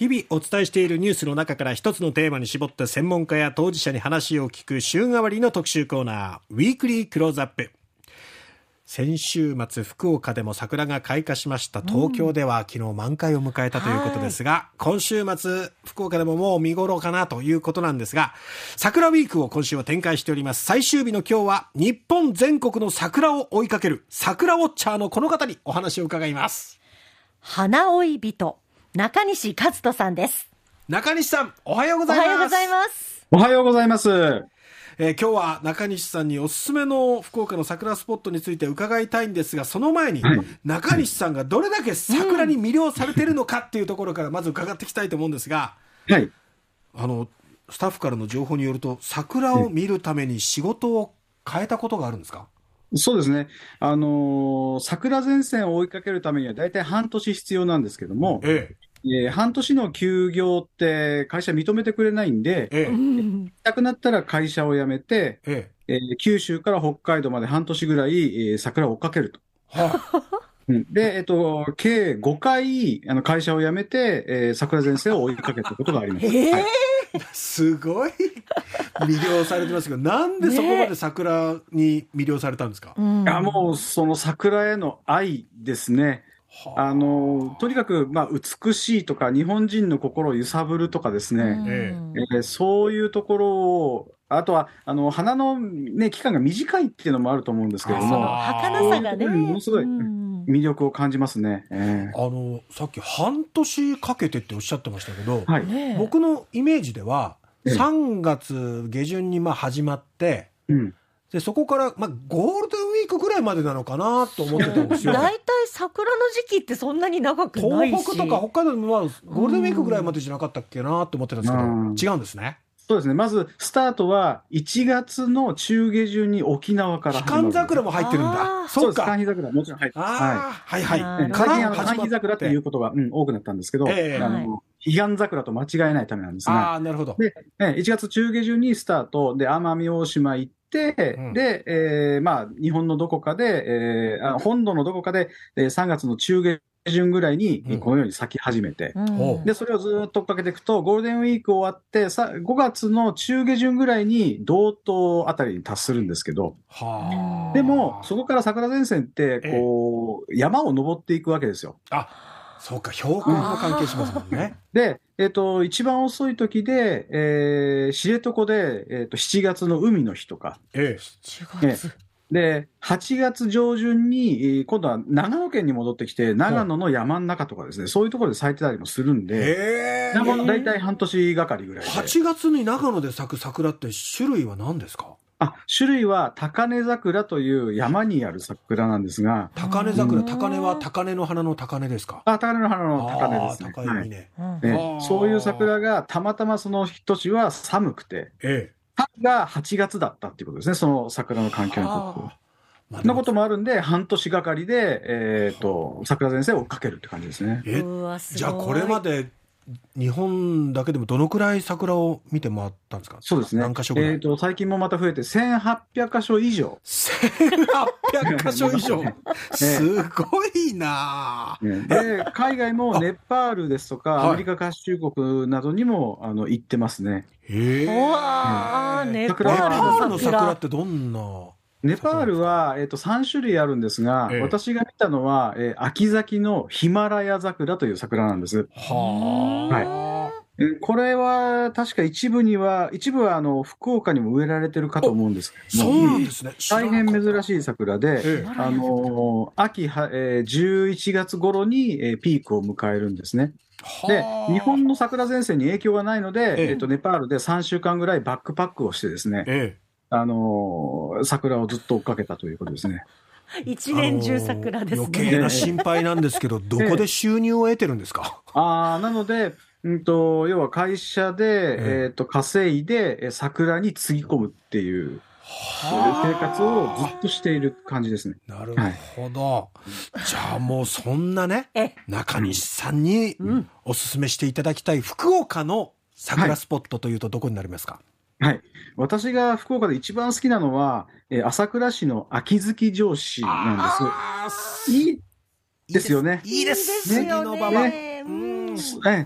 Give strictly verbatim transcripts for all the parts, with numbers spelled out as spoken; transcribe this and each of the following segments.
日々お伝えしているニュースの中から一つのテーマに絞って専門家や当事者に話を聞く週替わりの特集コーナー、ウィークリークローズアップ。先週末福岡でも桜が開花しました。東京では昨日満開を迎えたということですが、うん、今週末福岡でももう見頃かなということなんですが、桜ウィークを今週は展開しております。最終日の今日は日本全国の桜を追いかける桜ウォッチャーのこの方にお話を伺います。 花追い人中西和人さんです。 中西さん、おはようございます。 おはようございます。 おはようございます。 えー、今日は中西さんにおすすめの福岡の桜スポットについて伺いたいんですが、その前に、はい、中西さんがどれだけ桜に魅了されているのかっていうところからまず伺っていきたいと思うんですが、 はい、 あのスタッフからの情報によると桜を見るために仕事を変えたことがあるんですか？ そうですね、あのー、桜前線を追いかけるためにはだいたい半年必要なんですけども、えええー、半年の休業って会社認めてくれないんで、ええ、行きたくなったら会社を辞めて、えええー、九州から北海道まで半年ぐらい、えー、桜を追っかけると。はあうん、で、えっと、計ごかいあの会社を辞めて、えー、桜前線を追いかけたことがあります。 えーはい、 すごい魅了されてますけど、なんでそこまで桜に魅了されたんですか？ ね、いやもうその桜への愛ですね。あのとにかく、まあ、美しいとか日本人の心を揺さぶるとかですね、えー、そういうところを、あとはあの花の、ね、期間が短いっていうのもあると思うんですけども、 儚さがね、 ものすごい魅力を感じますね。えー、 あのさっき半年かけてっておっしゃってましたけど、 はい、 僕のイメージではさんがつげじゅんにまあ始まって、えーうんでそこから、まあ、ゴールデンウィークぐらいまでなのかなと思ってたんですよ。 大体桜の時期ってそんなに長くないし、 東北とか北海道でもゴールデンウィークぐらいまでじゃなかったっけなと思ってたんですけど、違うんですね。 そうですね。まずスタートはいちがつの中下旬に沖縄から始まる。 寒桜も入ってるんだ。 そうです。寒日桜もちろん入ってます。 はいはいはい。 最近あの寒日桜っていう言葉、うん、多くなったんですけど、えー、あの彼岸桜と間違えないためなんですが、 あー、なるほど。 で、いちがつ中下旬にスタートで奄美大島行ってで、うんでえーまあ、日本のどこかで、えー、本土のどこかで、えー、さんがつの中下旬ぐらいにこのように咲き始めて、うん、でそれをずっと追っかけていくとゴールデンウィーク終わってさごがつの中下旬ぐらいに道東あたりに達するんですけど、はでもそこから桜前線ってこう、えー、山を登っていくわけですよ。 あ、そうか、標高も関係しますもんね。 で、えっと、一番遅い時で、えー、知床で、えっと、しちがつの海の日とか。 ええ。 しちがつ。 で、はちがつ上旬に、今度は長野県に戻ってきて、長野の山の中とかですね、そういうところで咲いてたりもするんで、だいたい半年がかりぐらいで。 はちがつに長野で咲く桜って種類は何ですか？ あ、種類は高根桜という山にある桜なんですが。 高根桜、高根は高根の花の高根ですか？ あ、高根の花の高根ですね。 高いね、 はいね。そういう桜がたまたまその年は寒くて、ええ、春がはちがつだったっていうことですね、その桜の環境にとっては。そんなこともあるんで、半年がかりで、えー、と桜前線を追っかけるって感じですね。 えじゃあこれまで日本だけでもどのくらい桜を見て回ったんですか？ そうですね。 何箇所ぐらい？ えーと、最近もまた増えてせんはっぴゃくかしょ以上。 せんはっぴゃくかしょ以上。すごいな、 ね、で、海外もネパールですとか、アメリカ合衆国などにもあの行ってますね。 へー。うわー、ネパールの桜ってどんな？ ネパールは、えーと、さんしゅるいあるんですが、ええ、私が見たのは、えー、秋咲きのヒマラヤ桜という桜なんです。は、はい、これは確か一部には一部はあの福岡にも植えられてるかと思うんですけども、 そうなんですね。 大変珍しい桜で、ええ、あの秋は、えー、じゅういちがつ頃に、えー、ピークを迎えるんですね。で、日本の桜前線に影響がないので、えええー、とネパールでさんしゅうかんぐらいバックパックをしてですね、ええあのー、桜をずっと追っかけたということですね。 一年中桜ですね。 余計な心配なんですけど、どこで収入を得てるんですか？ あなので、うんと、要は会社で、えー、と稼いで桜につぎ込むっていう生活をずっとしている感じですね。 なるほど、はい、じゃあもうそんなね中西さんにおすすめしていただきたい福岡の桜スポットというとどこになりますか？ はい、私が福岡で一番好きなのは、えー、朝倉市の秋月城址なんです。いいですよね。 いいです。 杉の馬場。 ね、うん、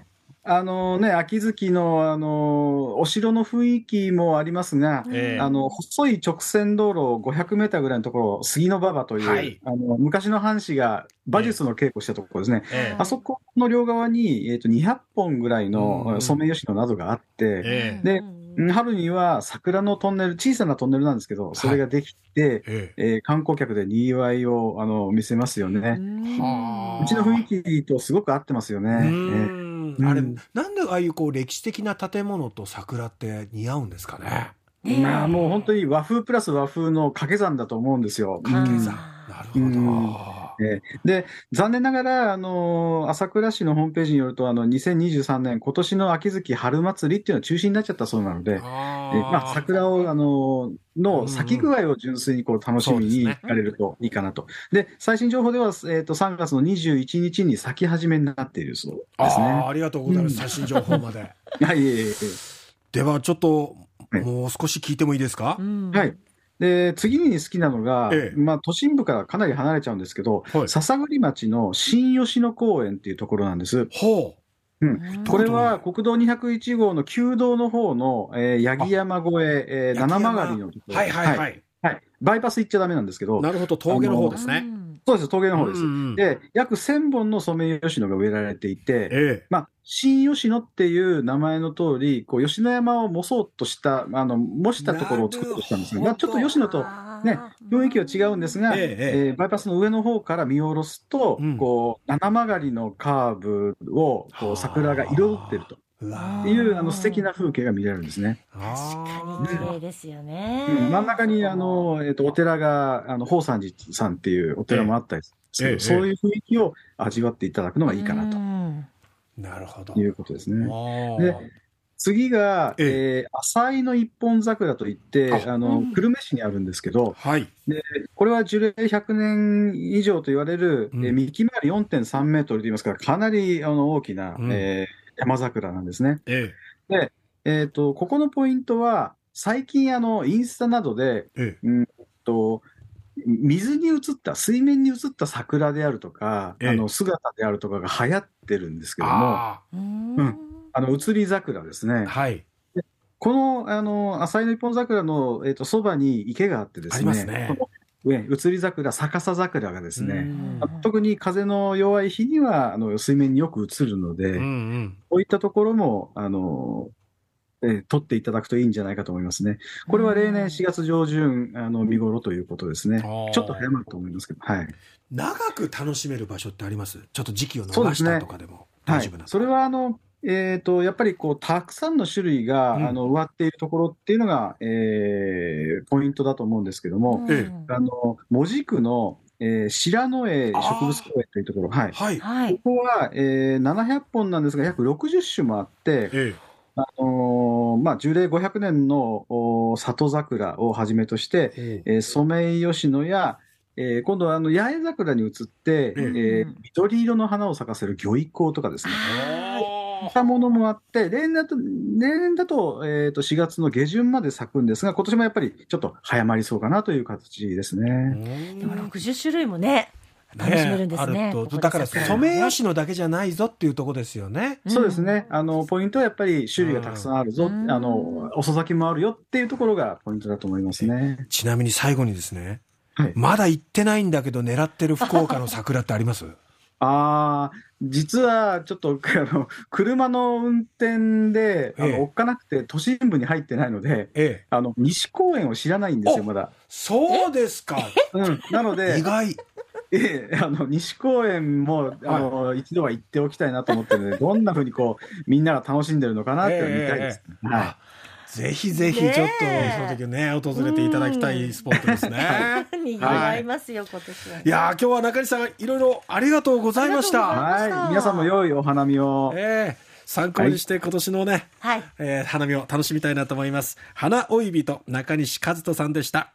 あのね、秋月の、あの、お城の雰囲気もありますが、 ええあの、細い直線道路ごひゃくメーターぐらいのところ、杉の馬場という、 はいあの、昔の藩士が馬術の稽古したところですね。 ええあそこの両側に、えっと、にひゃっぽんぐらいうんのソメイヨシノなどがあって、 えでうん春には桜のトンネル、小さなトンネルなんですけど、それができて、 ええー観光客で賑わいを、あの、見せますよね。 はあうちの雰囲気とすごく合ってますよね。 うえーーんあれなんでああいうこう歴史的な建物と桜って似合うんですかね。 ねえまあもう本当に和風プラス和風の掛け算だと思うんですよ。 掛け算、 うんなるほど、 うんえーで、残念ながら、あのー朝倉市のホームページによると、あの、にせんにじゅうさんねん、今年の秋月春祭りっていうのは中止になっちゃったそうなので、 あーえーまあ、桜を、あのーの咲き具合を純粋にこう楽しみに行かれるといいかなと。で、最新情報では、えっと、さんがつのにじゅういちにちに咲き始めになっているそうですね。 あーありがとうございます、最新情報まではい、いえいえいではちょっとはいもう少し聞いてもいいですか、 うんえはい。で、次に好きなのが、 ええまあ、都心部からかなり離れちゃうんですけど、 はい篠栗町の新吉野公園っていうところなんです。 ほうんうんこれは国道にひゃくいち号の旧道の方の、えー八木山越え、えうー七曲りのところ。 はいはいはい、 はいはいバイパス行っちゃダメなんですけど、 なるほど、峠の方ですね。 そうです、峠の方です。 うんうんで、約せんぼんのソメイヨシノが植えられていて、 ええまあ、新吉野っていう名前の通り、こう吉野山を模そうとした、あの模したところを作ろうとしたんですが、 なるほどまあ、ちょっと吉野と、ね、雰囲気は違うんですが、 えええええーバイパスの上の方から見下ろすと、 うんこう七曲りのカーブをこう桜が彩ってるとうわいう、あの素敵な風景が見れるんですね。 確かに綺麗ですよね。 うん真ん中にあの、えっとお寺が、あの宝山寺さんっていうお寺もあったりするんですけど、 ええええそういう雰囲気を味わっていただくのがいいかなとうんなるほど。 いうことですね。 あーで次が、 ええー、浅井の一本桜といって、 ああのうん久留米市にあるんですけど、 はい。 これは樹齢ひゃくねん以上と言われる、 うんえー幹回り よんてんさんメートルといいますから、かなりあの大きな、 うんえー山桜なんですね。 えで、えーと、ここのポイントは、最近あの、インスタなどで、 ええうんと、水に映った、水面に映った桜であるとか、 ええあの姿であるとかが流行ってるんですけども、 あうんうんあの移り桜ですね。 あはいこの、あの、浅井の一本桜の、えっと、そばに池があってですね、 ありますねこのね移り桜、逆さ桜がですうね、 んあ特に風の弱い日には、あの、水面によく映るので、 うんうんこういったところも、あの、えー撮っていただくといいんじゃないかと思いますね。これは例年しがつ上旬、あの、見頃ということですね。 あーちょっと早まると思いますけど、はい。 長く楽しめる場所ってあります？ちょっと時期をそうですね逃したとかでも大はい丈夫なんですか？ それは、あの、えっと、やっぱりこう、たくさんの種類が、 うんあの、植わっているところっていうのが、えーポイントだと思うんですけども、 えあの、門司区の、えー白野江植物公園というところ、はい。 はいはい。 ここは、えーななひゃっぽんなんですが、約ろくじゅっしゅもあって、 えあのーまあ、樹齢ごひゃくねんのお里桜をはじめとして、 ええーソメイヨシノや、えー今度はあの八重桜に移って、 ええー緑色の花を咲かせる魚一香とかですね、 あそういったものもあって、例年だと、例年だと、えーとしがつの下旬まで咲くんですが、今年もやっぱりちょっと早まりそうかなという形ですね。 ーでもろくじゅっしゅるいもね、楽しめるんですね。 あるとここでだから桜ソメイヨシノだけじゃないぞっていうところですよね。 そうですね。あの、ポイントはやっぱり種類がたくさんあるぞ、 うんあの、遅咲きもあるよっていうところがポイントだと思いますね。 ちなみに最後にですね、 はい。 まだ行ってないんだけど狙ってる福岡の桜ってあります？ ああ、実はちょっと、あの、車の運転で、あええの、おっかなくて都心部に入ってないので、 ええあの、西公園を知らないんですよ、まだ。 そうですか。 うん。なので意、外。 ええ、あの、西公園も、あの、一度は行っておきたいなと思ってるので、どんな風にこう、みんなが楽しんでるのかなっていうのを見たいです。はあぜひぜひちょっとねえその時ね訪れていただきたいスポットですね。 にぎわいますよ、今年は。 いやー今日は中西さんいろいろありがとうございましありがとうございまた。 すはい。皆さんも良いお花見を。 えー参考にして今年のね、 はい。 えー花見を楽しみたいなと思います。花追い人中西和人さんでした。